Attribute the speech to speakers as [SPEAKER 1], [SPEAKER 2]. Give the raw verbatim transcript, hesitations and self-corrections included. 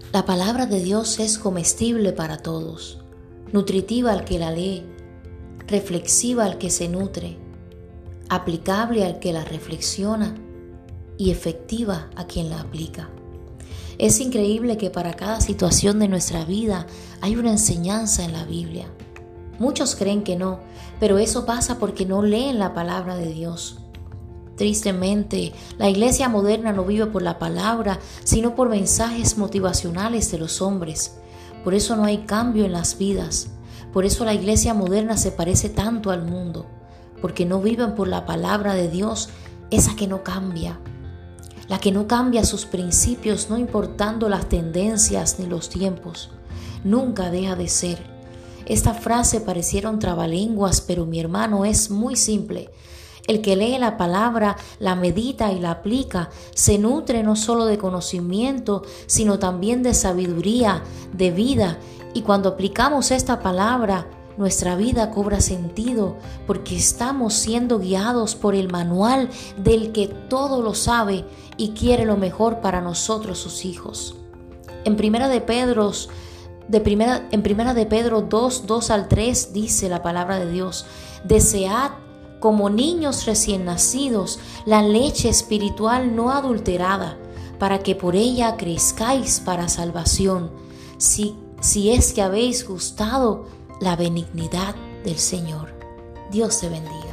[SPEAKER 1] La palabra de Dios es comestible para todos, nutritiva al que la lee, reflexiva al que se nutre, aplicable al que la reflexiona y efectiva a quien la aplica. Es increíble que para cada situación de nuestra vida hay una enseñanza en la Biblia. Muchos creen que no, pero eso pasa porque no leen la palabra de Dios. Tristemente, la iglesia moderna no vive por la palabra, sino por mensajes motivacionales de los hombres. Por eso no hay cambio en las vidas. Por eso la iglesia moderna se parece tanto al mundo, porque no viven por la palabra de Dios, esa que no cambia. La que no cambia sus principios, no importando las tendencias ni los tiempos. Nunca deja de ser. Esta frase pareciera un trabalenguas, pero mi hermano es muy simple. El que lee la palabra, la medita y la aplica, se nutre no solo de conocimiento, sino también de sabiduría, de vida. Y cuando aplicamos esta palabra, nuestra vida cobra sentido, porque estamos siendo guiados por el manual del que todo lo sabe y quiere lo mejor para nosotros, sus hijos. En primera de Pedro, de primera, en primera de Pedro dos, dos al tres dice la palabra de Dios: desead como niños recién nacidos la leche espiritual no adulterada, para que por ella crezcáis para salvación, si, si es que habéis gustado la benignidad del Señor. Dios te bendiga.